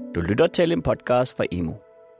Du lytter til en podcast fra Emo.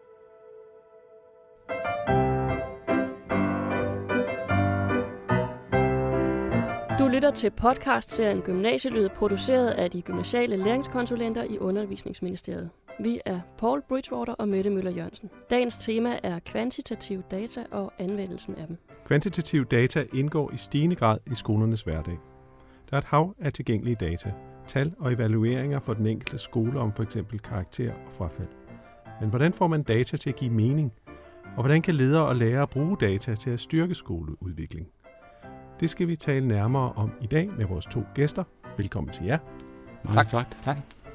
Du lytter til podcastserien Gymnasielyd, produceret af de gymnasiale læringskonsulenter i Undervisningsministeriet. Vi er Paul Bridgewater og Mette Møller Jørgensen. Dagens tema er kvantitative data og anvendelsen af dem. Kvantitative data indgår i stigende grad i skolernes hverdag. Der er et hav af tilgængelige data, tal og evalueringer for den enkelte skole om f.eks. karakter og frafald. Men hvordan får man data til at give mening? Og hvordan kan ledere og lærere bruge data til at styrke skoleudvikling? Det skal vi tale nærmere om i dag med vores to gæster. Velkommen til jer. Tak.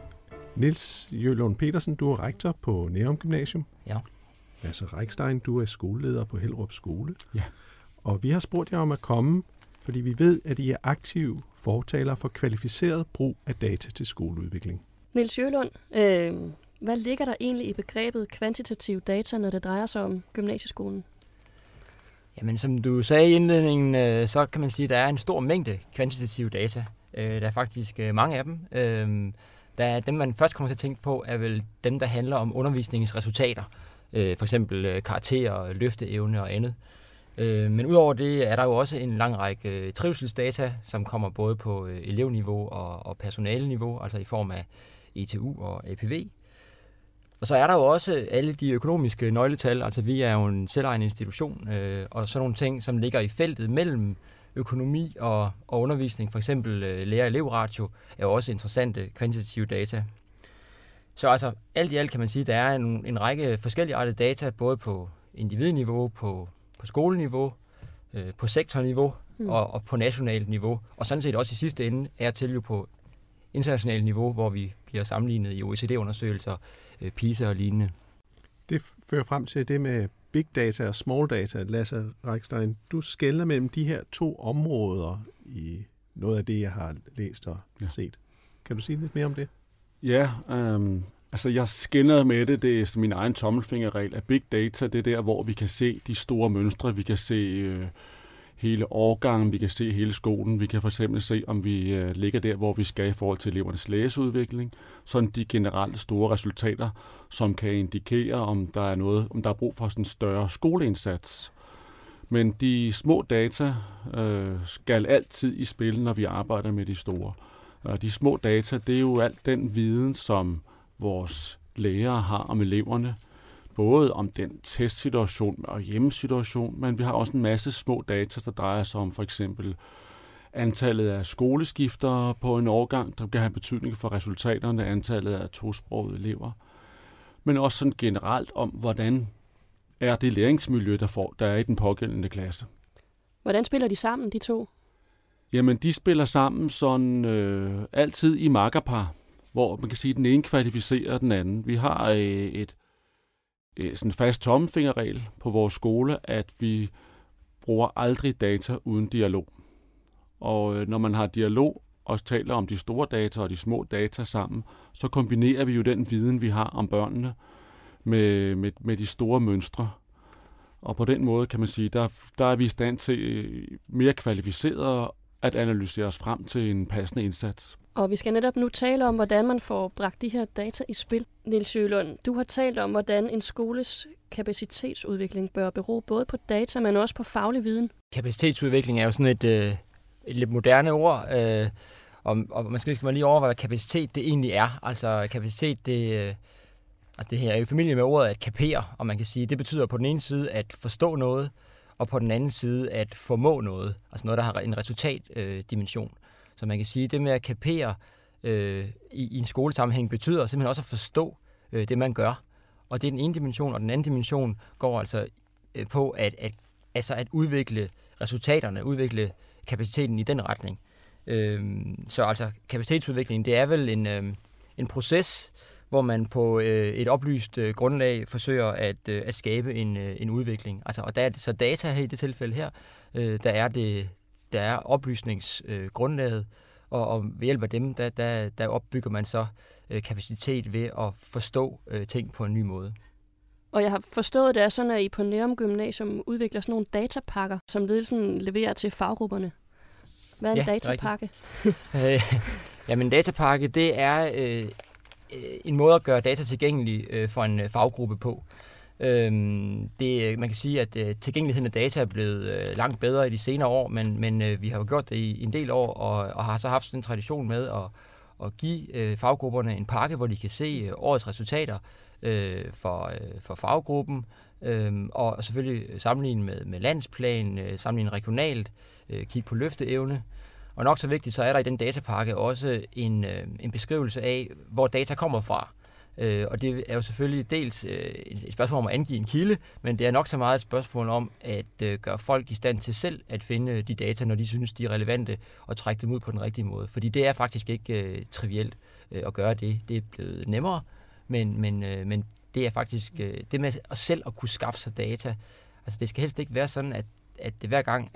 Niels Jølund Petersen, du er rektor på Nærum Gymnasium. Ja. Lasse Reichstein, du er skoleleder på Hellerup Skole. Ja. Og vi har spurgt jer om at komme, fordi vi ved, at I er aktive fortalere for kvalificeret brug af data til skoleudvikling. Niels Jølund, hvad ligger der egentlig i begrebet kvantitativ data, når det drejer sig om gymnasieskolen? Jamen, som du sagde i indledningen, så kan man sige, at der er en stor mængde kvantitative data. Der er faktisk mange af dem. Der er dem, man først kommer til at tænke på, er vel dem, der handler om undervisningens resultater. For eksempel karakterer, løfteevne og andet. Men udover det er der jo også en lang række trivselsdata, som kommer både på elevniveau og personaleniveau, altså i form af ETU og APV. Og så er der jo også alle de økonomiske nøgletal, altså vi er jo en selvejende institution, og sådan nogle ting, som ligger i feltet mellem økonomi og undervisning, for eksempel lærer-elev-ratio, er jo også interessante kvantitative data. Så altså alt i alt kan man sige, at der er en række forskelligartede data, både på individniveau, på skoleniveau, på sektorniveau og på nationalt niveau, og sådan set også i sidste ende er til jo på internationalt niveau, hvor vi bliver sammenlignet i OECD-undersøgelser, PISA og lignende. Det fører frem til det med big data og small data. Lasse Reichstein, du skelner mellem de her to områder i noget af det, jeg har læst og set. Kan du sige lidt mere om det? Ja, altså jeg skelner med det. Det er min egen tommelfingerregel. At big data, det er der, hvor vi kan se de store mønstre. Vi kan se hele årgangen, vi kan se hele skolen. Vi kan for eksempel se, om vi ligger der, hvor vi skal i forhold til elevernes læseudvikling. Sådan de generelle store resultater, som kan indikere, om der er brug for sådan en større skoleindsats. Men de små data skal altid i spil, når vi arbejder med de store. De små data, det er jo alt den viden, som vores lærere har om eleverne. Både om den testsituation og hjemmesituation, men vi har også en masse små data, der drejer sig om for eksempel antallet af skoleskiftere på en årgang, der kan have betydning for resultaterne, antallet af tosprogede elever. Men også sådan generelt om, hvordan er det læringsmiljø, der er i den pågældende klasse. Hvordan spiller de sammen, de to? Jamen, de spiller sammen sådan altid i makkerpar, hvor man kan sige, at den ene kvalificerer den anden. Vi har sådan en fast tommelfingerregel på vores skole, at vi bruger aldrig data uden dialog. Og når man har dialog og taler om de store data og de små data sammen, så kombinerer vi jo den viden, vi har om børnene med de store mønstre. Og på den måde kan man sige, der er vi i stand til mere kvalificeret at analysere os frem til en passende indsats. Og vi skal netop nu tale om, hvordan man får bragt de her data i spil. Niels Jølund, du har talt om, hvordan en skoles kapacitetsudvikling bør bero både på data, men også på faglig viden. Kapacitetsudvikling er jo sådan et lidt moderne ord, og man skal lige overveje, hvad kapacitet det egentlig er. Altså kapacitet, det her er jo i familie med ordet at kapere, og man kan sige, det betyder på den ene side at forstå noget, og på den anden side at formå noget, altså noget, der har en resultatdimension. Så man kan sige, at det med at kapere i en skolesammenhæng betyder simpelthen også at forstå det, man gør. Og det er den ene dimension, og den anden dimension går altså på at udvikle resultaterne, udvikle kapaciteten i den retning. Så altså kapacitetsudvikling, det er vel en proces, hvor man på et oplyst grundlag forsøger at skabe en udvikling. Altså, og der er så data her i det tilfælde her, der er oplysningsgrundlaget, og ved hjælp af dem, der opbygger man så kapacitet ved at forstå ting på en ny måde. Og jeg har forstået, det er sådan, at I på Nærum Gymnasium udvikler sådan nogle datapakker, som ledelsen leverer til faggrupperne. Hvad er en datapakke? Jamen, en datapakke, det er en måde at gøre data tilgængelig for en faggruppe på. Man kan sige, at tilgængeligheden af data er blevet langt bedre i de senere år, men vi har jo gjort det i en del år, og har så haft sådan en tradition med at give faggrupperne en pakke, hvor de kan se årets resultater for faggruppen, og selvfølgelig sammenligne med landsplan, sammenligne regionalt, kigge på løfteevne. Og nok så vigtigt, så er der i den datapakke også en beskrivelse af, hvor data kommer fra. Og det er jo selvfølgelig dels et spørgsmål om at angive en kilde, men det er nok så meget et spørgsmål om at gøre folk i stand til selv at finde de data, når de synes, de er relevante, og trække dem ud på den rigtige måde. Fordi det er faktisk ikke trivielt at gøre det. Det er blevet nemmere, men det er faktisk det med at selv at kunne skaffe sig data. Altså det skal helst ikke være sådan, at det hver gang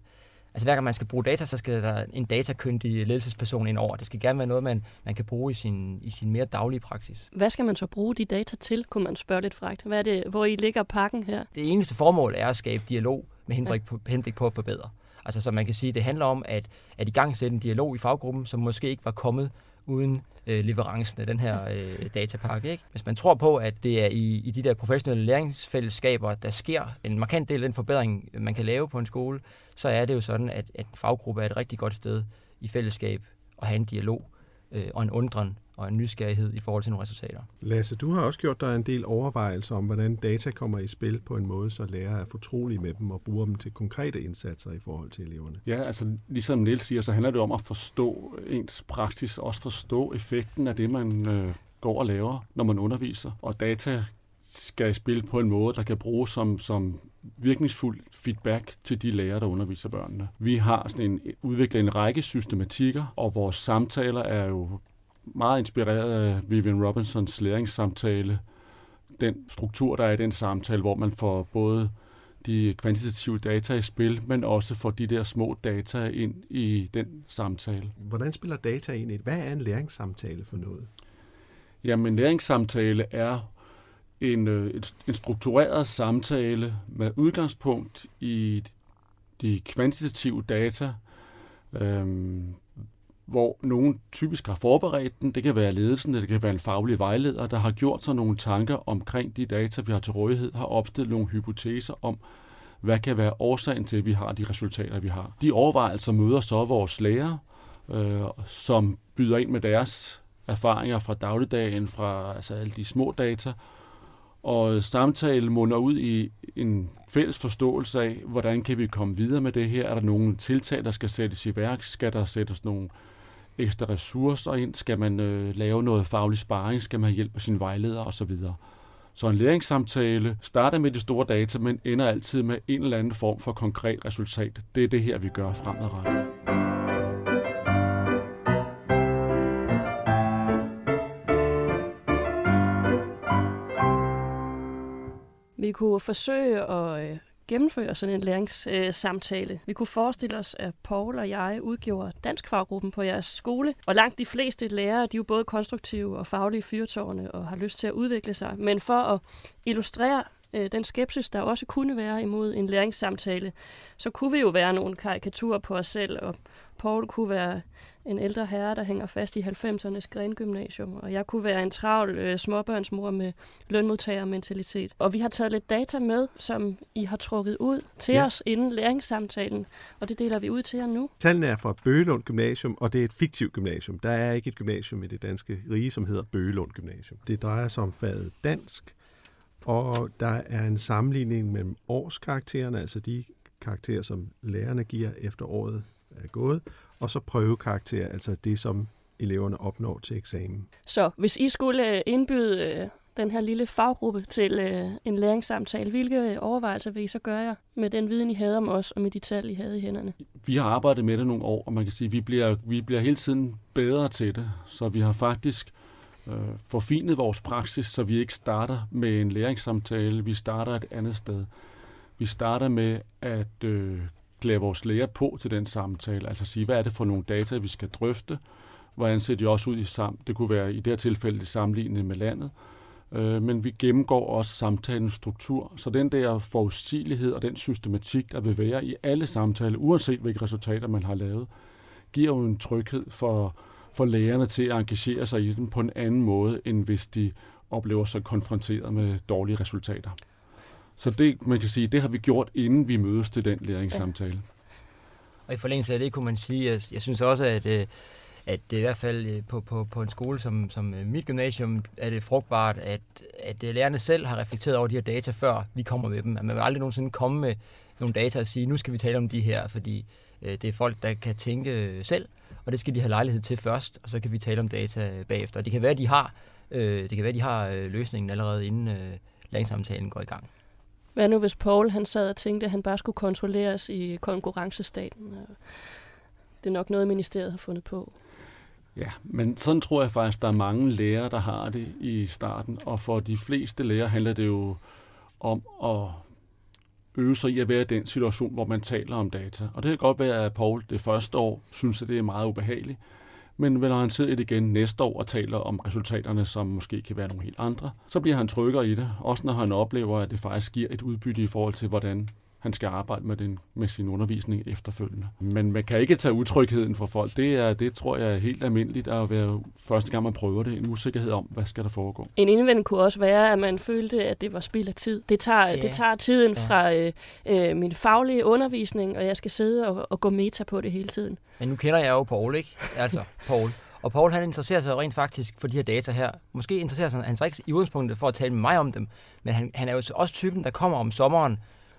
man skal bruge data, så skal der en datakyndig ledelsesperson ind over. Det skal gerne være noget, man kan bruge i sin mere daglige praksis. Hvad skal man så bruge de data til, kunne man spørge lidt frækt? Hvad er det, hvor I ligger pakken her? Det eneste formål er at skabe dialog med henblik på at forbedre. Altså så man kan sige, det handler om at igangsætte en dialog i faggruppen, som måske ikke var kommet uden leverancen af den her datapakke. Ikke? Hvis man tror på, at det er i de der professionelle læringsfællesskaber, der sker en markant del af den forbedring, man kan lave på en skole, så er det jo sådan, at en faggruppe er et rigtig godt sted i fællesskab at have en dialog og en undren og en nysgerrighed i forhold til nogle resultater. Lasse, du har også gjort dig en del overvejelser om, hvordan data kommer i spil på en måde, så lærere er fortrolige med dem og bruger dem til konkrete indsatser i forhold til eleverne. Ja, altså ligesom Niels siger, så handler det om at forstå ens praksis, også forstå effekten af det, man går og laver, når man underviser. Og data skal i spil på en måde, der kan bruges som virkningsfuld feedback til de lærere, der underviser børnene. Vi har udviklet en række systematikker, og vores samtaler er jo meget inspireret af Vivian Robinsons læringssamtale. Den struktur, der er i den samtale, hvor man får både de kvantitative data i spil, men også får de der små data ind i den samtale. Hvordan spiller data ind i det? Hvad er en læringssamtale for noget? Jamen, en læringssamtale er en struktureret samtale med udgangspunkt i de kvantitative data, hvor nogen typisk har forberedt den. Det kan være ledelsen, det kan være en faglig vejleder, der har gjort sig nogle tanker omkring de data, vi har til rådighed, har opstillet nogle hypoteser om, hvad kan være årsagen til, at vi har de resultater, vi har. De overvejelser møder så vores lærere, som byder ind med deres erfaringer fra dagligdagen, fra alle de små data, og samtalen munder ud i en fælles forståelse af, hvordan kan vi komme videre med det her? Er der nogle tiltag, der skal sættes i værk? Skal der sættes nogle ekstra ressourcer ind? Skal man lave noget faglig sparring? Skal man have hjælp af sine vejledere osv.? Så en læringssamtale starter med de store data, men ender altid med en eller anden form for konkret resultat. Det er det her, vi gør fremadrettet. Vi kunne forsøge at gennemføre sådan en læringssamtale. Vi kunne forestille os, at Paul og jeg udgjorde danskfaggruppen på jeres skole, og langt de fleste lærere, de er jo både konstruktive og faglige fyrtårne og har lyst til at udvikle sig. Men for at illustrere den skepsis, der også kunne være imod en læringssamtale, så kunne vi jo være nogle karikaturer på os selv, og Paul kunne være en ældre herre, der hænger fast i 90'ernes grengymnasium, og jeg kunne være en travl småbørnsmor med lønmodtagermentalitet. Og vi har taget lidt data med, som I har trukket ud til os inden læringssamtalen, og det deler vi ud til jer nu. Tallene er fra Bøgelund Gymnasium, og det er et fiktivt gymnasium. Der er ikke et gymnasium i det danske rige, som hedder Bøgelund Gymnasium. Det drejer sig om faget dansk, og der er en sammenligning mellem årskaraktererne, altså de karakterer, som lærerne giver efter året er gået, og så prøvekarakterer, altså det, som eleverne opnår til eksamen. Så hvis I skulle indbyde den her lille faggruppe til en læringssamtale, hvilke overvejelser vil I så gøre med den viden, I havde om os, og med de tal, I havde i hænderne? Vi har arbejdet med det nogle år, og man kan sige, at vi bliver hele tiden bedre til det, så vi har faktisk forfinet vores praksis, så vi ikke starter med en læringssamtale, vi starter et andet sted. Vi starter med at klæde vores lærer på til den samtale, altså sige, hvad er det for nogle data, vi skal drøfte, hvordan ser de også ud i det kunne være i det her tilfælde det sammenlignende med landet, men vi gennemgår også samtalens struktur, så den der forudsigelighed og den systematik, der vil være i alle samtaler, uanset hvilke resultater man har lavet, giver jo en tryghed for få lærerne til at engagere sig i den på en anden måde, end hvis de oplever sig konfronteret med dårlige resultater. Så det, man kan sige, det har vi gjort, inden vi mødes til den læringssamtale. Og i forlængelse af det kunne man sige, at jeg synes også, at i hvert fald på en skole som mit gymnasium, er det frugtbart, at lærerne selv har reflekteret over de her data, før vi kommer med dem. At man vil aldrig nogensinde komme med nogle data og sige, nu skal vi tale om de her, fordi det er folk, der kan tænke selv, og det skal de have lejlighed til først, og så kan vi tale om data bagefter. Det kan være, at de har løsningen allerede inden læringssamtalen går i gang. Hvad nu, hvis Poul han sad og tænkte, at han bare skulle kontrolleres i konkurrencestaten? Det er nok noget, ministeriet har fundet på. Ja, men sådan tror jeg faktisk, der er mange lærere, der har det i starten, og for de fleste lærere handler det jo om at øve sig i at være i den situation, hvor man taler om data. Og det kan godt være, at Poul det første år synes, at det er meget ubehageligt, men når han sidder igen næste år og taler om resultaterne, som måske kan være nogle helt andre, så bliver han tryggere i det, også når han oplever, at det faktisk giver et udbytte i forhold til, hvordan han skal arbejde med sin undervisning efterfølgende. Men man kan ikke tage utrygheden fra folk. Det tror jeg er helt almindeligt at være første gang, man prøver det. En usikkerhed om, hvad skal der foregå. En indvending kunne også være, at man følte, at det var spild af tid. Det tager tiden fra min faglige undervisning, og jeg skal sidde og gå meta på det hele tiden. Men nu kender jeg jo Poul, ikke? Altså, Poul. Og Poul, han interesserer sig rent faktisk for de her data her. Måske interesserer han sig ikke i udgangspunktet for at tale med mig om dem, men han er jo også typen, der kommer om sommeren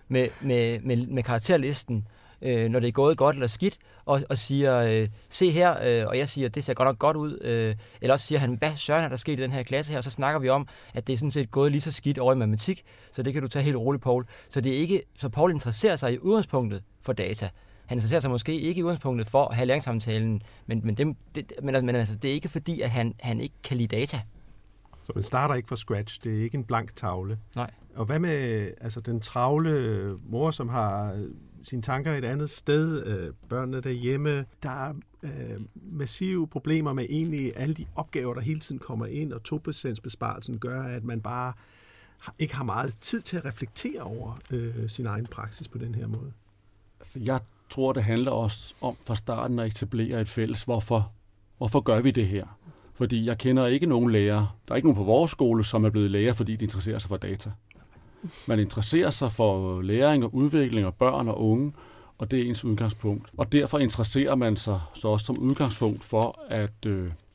med karakterlisten, når det er gået godt eller skidt, og siger, se her, og jeg siger, det ser godt nok godt ud, eller også siger han, hvad søren er der sket i den her klasse her, og så snakker vi om, at det er sådan set gået lige så skidt over i matematik, så det kan du tage helt roligt, Poul. Så Poul interesserer sig i udgangspunktet for data. Han interesserer sig måske ikke i udgangspunktet for at have læringssamtalen, men altså, det er ikke fordi, at han ikke kan lide data. Så det starter ikke fra scratch, det er ikke en blank tavle. Nej. Og hvad med den travle mor, som har sine tanker et andet sted, børnene derhjemme? Der er massive problemer med egentlig alle de opgaver, der hele tiden kommer ind, og 2% besparelsen gør, at man bare ikke har meget tid til at reflektere over sin egen praksis på den her måde. Altså, jeg tror, det handler også om fra starten at etablere et fælles, hvorfor gør vi det her? Fordi jeg kender ikke nogen lærere, der er ikke nogen på vores skole, som er blevet lærer, fordi de interesserer sig for data. Man interesserer sig for læring og udvikling af børn og unge, og det er ens udgangspunkt. Og derfor interesserer man sig så også som udgangspunkt for, at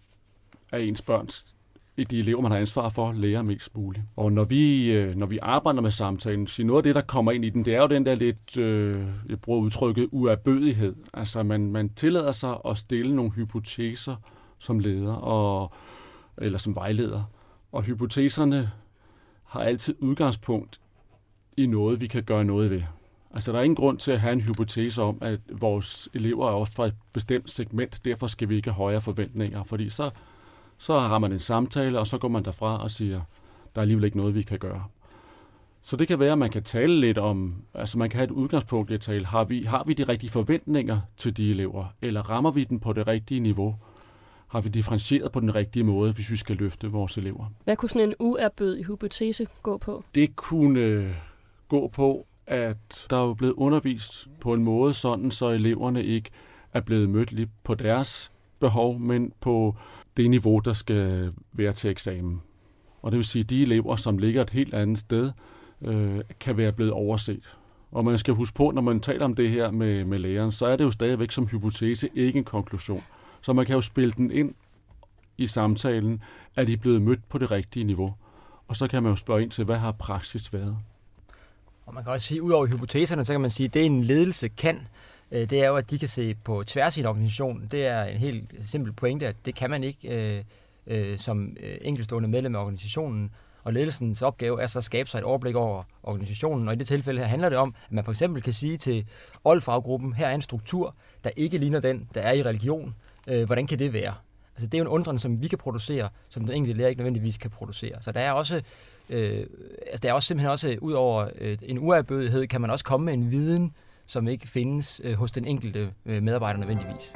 ens børns, de elever, man har ansvar for, lærer mest muligt. Og når vi arbejder med samtalen, så noget af det, der kommer ind i den, det er jo den der lidt, jeg bruger udtrykket, uærbødighed. Altså man tillader sig at stille nogle hypoteser som leder eller som vejleder. Og hypoteserne har altid udgangspunkt i noget, vi kan gøre noget ved. Altså, der er ingen grund til at have en hypotese om, at vores elever er også fra et bestemt segment, derfor skal vi ikke have højere forventninger, fordi så har man en samtale, og så går man derfra og siger, der er alligevel ikke noget, vi kan gøre. Så det kan være, at man kan tale lidt om, altså man kan have et udgangspunkt i at tale, har vi de rigtige forventninger til de elever, eller rammer vi den på det rigtige niveau? Har vi differentieret på den rigtige måde, hvis vi skal løfte vores elever? Hvad kunne sådan en uærbødig hypotese gå på? Det kunne gå på, at der er blevet undervist på en måde sådan, så eleverne ikke er blevet mødt lige på deres behov, men på det niveau, der skal være til eksamen. Og det vil sige, at de elever, som ligger et helt andet sted, kan være blevet overset. Og man skal huske på, når man taler om det her med læreren, så er det jo stadigvæk som hypotese ikke en konklusion. Så man kan jo spille den ind i samtalen, at de er blevet mødt på det rigtige niveau. Og så kan man jo spørge ind til, hvad har praksis været? Og man kan også sige, ud over hypoteserne, så kan man sige, at det en ledelse kan, det er jo, at de kan se på tværs i en organisation. Det er en helt simpel pointe, at det kan man ikke som enkeltstående medlem af organisationen. Og ledelsens opgave er så at skabe sig et overblik over organisationen. Og i det tilfælde her handler det om, at man for eksempel kan sige til oldfaggruppen, her er en struktur, der ikke ligner den, der er i religion. Hvordan kan det være? Altså, det er jo en undren, som vi kan producere, som den enkelte lærer ikke nødvendigvis kan producere. Så der er også, simpelthen også ud over en uærbødighed, kan man også komme med en viden, som ikke findes hos den enkelte medarbejder nødvendigvis.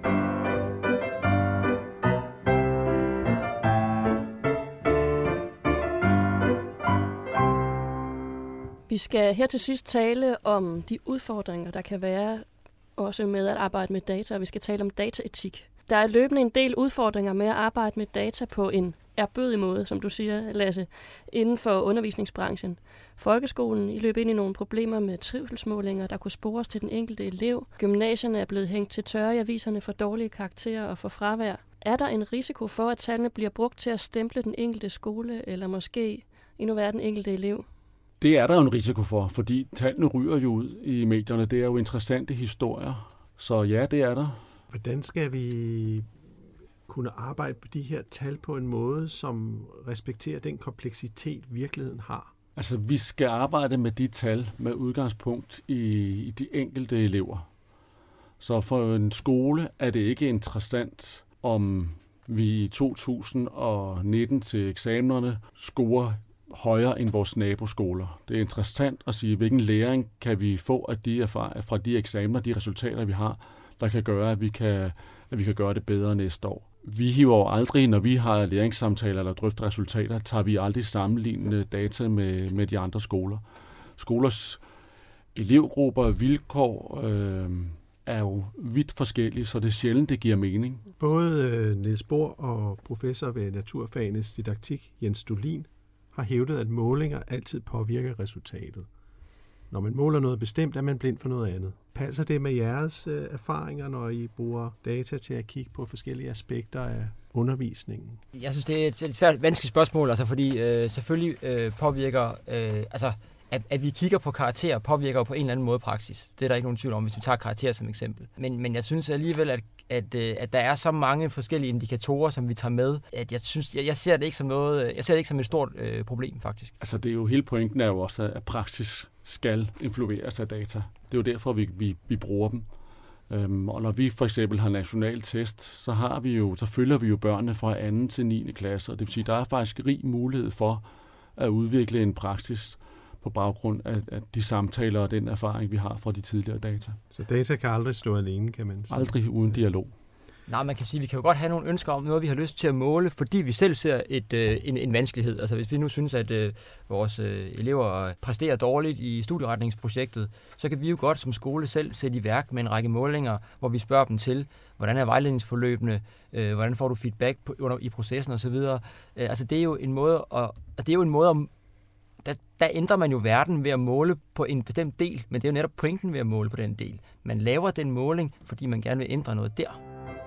Vi skal her til sidst tale om de udfordringer, der kan være også med at arbejde med data, og vi skal tale om dataetik. Der er løbende en del udfordringer med at arbejde med data på en ærbødig måde, som du siger, Lasse, inden for undervisningsbranchen. Folkeskolen I løb ind i nogle problemer med trivselsmålinger, der kunne spores til den enkelte elev. Gymnasierne er blevet hængt til tørre i aviserne for dårlige karakterer og for fravær. Er der en risiko for, at tallene bliver brugt til at stemple den enkelte skole, eller måske endnu værre den enkelte elev? Det er der jo en risiko for, fordi tallene ryger jo ud i medierne. Det er jo interessante historier. Så ja, det er der. Hvordan skal vi kunne arbejde på de her tal på en måde, som respekterer den kompleksitet, virkeligheden har? Altså, vi skal arbejde med de tal med udgangspunkt i de enkelte elever. Så for en skole er det ikke interessant, om vi i 2019 til eksamenerne scorer højere end vores naboskoler. Det er interessant at sige, hvilken læring kan vi få af fra de eksamener, de resultater, vi har, der kan gøre, at vi kan gøre det bedre næste år. Vi hiver jo aldrig, når vi har læringssamtaler eller drøfter resultater, tager vi aldrig sammenlignende data med de andre skoler. Skolers elevgrupper og vilkår er jo vidt forskellige, så det er sjældent, det giver mening. Både Niels Bohr og professor ved naturfagenes didaktik, Jens Stolin, har hævdet, at målinger altid påvirker resultatet. Når man måler noget bestemt, er man blind for noget andet. Passer det med jeres erfaringer, når I bruger data til at kigge på forskellige aspekter af undervisningen? Jeg synes, det er et svært, vanskeligt spørgsmål, altså, fordi selvfølgelig påvirker... At vi kigger på karakterer påvirker jo på en eller anden måde praksis. Det er der ikke nogen tvivl om, hvis vi tager karakterer som eksempel. Men jeg synes alligevel, at der er så mange forskellige indikatorer, som vi tager med, at jeg ser det ikke som noget. Jeg ser det ikke som et stort problem, faktisk. Altså, det er jo hele pointen er jo også, at praksis skal influeres af data. Det er jo derfor, vi bruger dem. Og når vi for eksempel har national test, så følger vi jo børnene fra 2. til 9. klasse. Og det vil sige, at der er faktisk rig mulighed for at udvikle en praksis på baggrund af de samtaler og den erfaring, vi har fra de tidligere data. Så data kan aldrig stå alene, kan man sige? Aldrig uden dialog. Nej, man kan sige, at vi kan jo godt have nogle ønsker om noget, vi har lyst til at måle, fordi vi selv ser en vanskelighed. Altså hvis vi nu synes, at vores elever præsterer dårligt i studieretningsprojektet, så kan vi jo godt som skole selv sætte i værk med en række målinger, hvor vi spørger dem til, hvordan er vejledningsforløbene, hvordan får du feedback i processen osv. Altså det er jo en måde at der ændrer man jo verden ved at måle på en bestemt del, men det er jo netop pointen ved at måle på den del. Man laver den måling, fordi man gerne vil ændre noget der.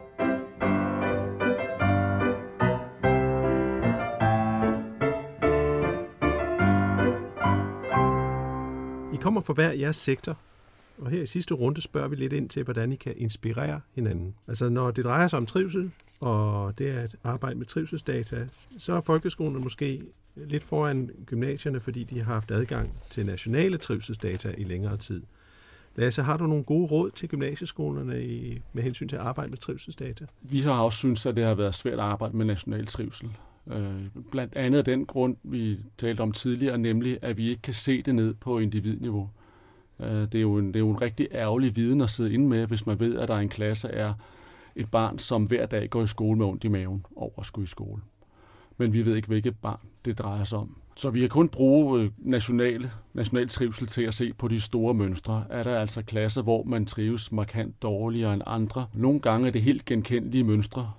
I kommer fra hver jeres sektor, og her i sidste runde spørger vi lidt ind til, hvordan I kan inspirere hinanden. Altså når det drejer sig om trivsel, og det er at arbejde med trivselsdata, så er folkeskolen måske lidt foran gymnasierne, fordi de har haft adgang til nationale trivselsdata i længere tid. Lasse, har du nogle gode råd til gymnasieskolerne med hensyn til at arbejde med trivselsdata? Vi har også syntes, at det har været svært at arbejde med national trivsel. Blandt andet af den grund, vi talte om tidligere, nemlig at vi ikke kan se det ned på individniveau. Det er jo en rigtig ærgerlig viden at sidde inde med, hvis man ved, at der i en klasse er et barn, som hver dag går i skole med ondt i maven over at skulle i skole. Men vi ved ikke, hvilket barn det drejer sig om. Så vi kan kun bruge national trivsel til at se på de store mønstre. Er der altså klasser, hvor man trives markant dårligere end andre? Nogle gange er det helt genkendelige mønstre.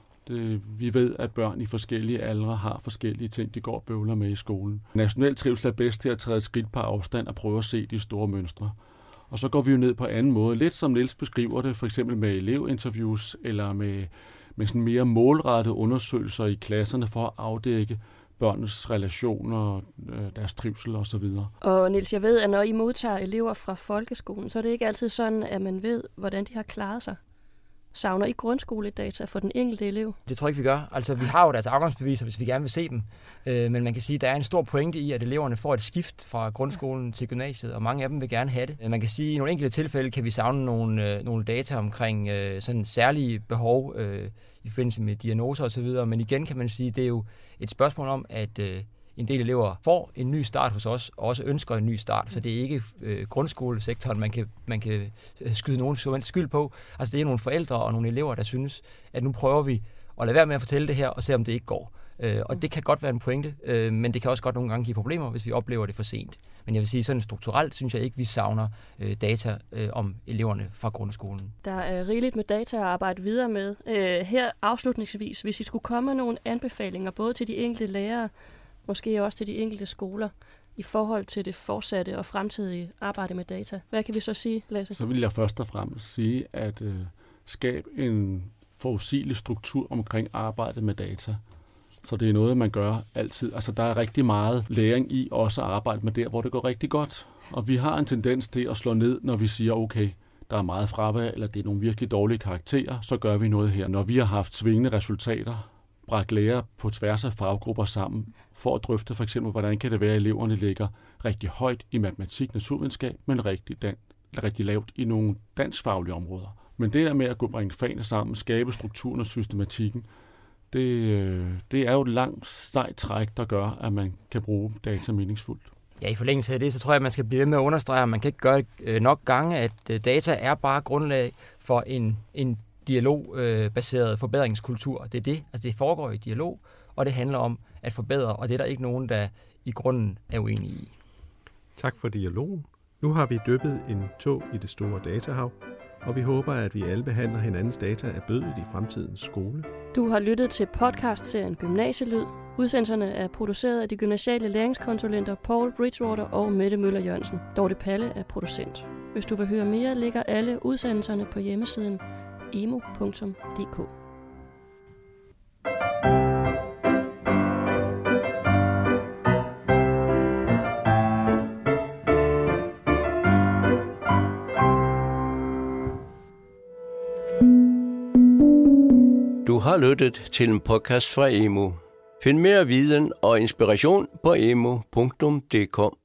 Vi ved, at børn i forskellige aldre har forskellige ting, de går og bøvler med i skolen. National trivsel er bedst til at træde et skridt på afstand og prøve at se de store mønstre. Og så går vi jo ned på anden måde. Lidt som Niels beskriver det, for eksempel med elevinterviews eller med sådan mere målrettede undersøgelser i klasserne for at afdække børnenes relationer, deres trivsel osv. Og Niels, jeg ved, at når I modtager elever fra folkeskolen, så er det ikke altid sådan, at man ved, hvordan de har klaret sig. Savner I grundskoledata for den enkelte elev? Det tror jeg ikke, vi gør. Altså, vi har jo deres afgangsbeviser, hvis vi gerne vil se dem. Men man kan sige, at der er en stor pointe i, at eleverne får et skift fra grundskolen til gymnasiet, og mange af dem vil gerne have det. Man kan sige, at i nogle enkelte tilfælde kan vi savne nogle data omkring sådan særlige behov i forbindelse med diagnoser osv. Men igen kan man sige, at det er jo et spørgsmål om, at en del elever får en ny start hos os, og også ønsker en ny start. Så det er ikke grundskolesektoren, man kan skyde nogen skyld på. Altså det er nogle forældre og nogle elever, der synes, at nu prøver vi at lade være med at fortælle det her, og se om det ikke går. Og det kan godt være en pointe, men det kan også godt nogle gange give problemer, hvis vi oplever det for sent. Men jeg vil sige, sådan strukturelt synes jeg ikke, vi savner data om eleverne fra grundskolen. Der er rigeligt med data at arbejde videre med. Her afslutningsvis, hvis I skulle komme med nogle anbefalinger, både til de enkelte lærere, måske også til de enkelte skoler, i forhold til det fortsatte og fremtidige arbejde med data. Hvad kan vi så sige, Lasse? Så vil jeg først og fremmest sige, at skabe en forudsigelig struktur omkring arbejdet med data. Så det er noget, man gør altid. Altså, der er rigtig meget læring i også at arbejde med der, hvor det går rigtig godt. Og vi har en tendens til at slå ned, når vi siger, okay, der er meget fravær, eller det er nogle virkelig dårlige karakterer, så gør vi noget her. Når vi har haft svingende resultater, bragt lærere på tværs af faggrupper sammen, for at drøfte for eksempel, hvordan kan det være, at eleverne ligger rigtig højt i matematik, naturvidenskab, men rigtig lavt i nogle danskfaglige områder. Men det der med at gå bringe fagene sammen, skabe strukturen og systematikken, det er jo et langt sejt træk, der gør, at man kan bruge data meningsfuldt. Ja, i forlængelse af det, så tror jeg, at man skal blive ved med at understrege, at man kan ikke gøre nok gange, at data er bare grundlag for en dialogbaseret forbedringskultur. Det er det. Altså det foregår i dialog, og det handler om at forbedre, og det er der ikke nogen, der i grunden er uenige i. Tak for dialogen. Nu har vi dyppet en tog i det store datahav, og vi håber, at vi alle behandler hinandens data af bødet i fremtidens skole. Du har lyttet til podcastserien Gymnasielyd. Udsendelserne er produceret af de gymnasiale læringskonsulenter Paul Bridgewater og Mette Møller Jørgensen. Dorte Palle er producent. Hvis du vil høre mere, ligger alle udsendelserne på hjemmesiden emo.dk. Du har lyttet til en podcast fra Emo. Find mere viden og inspiration på emo.dk.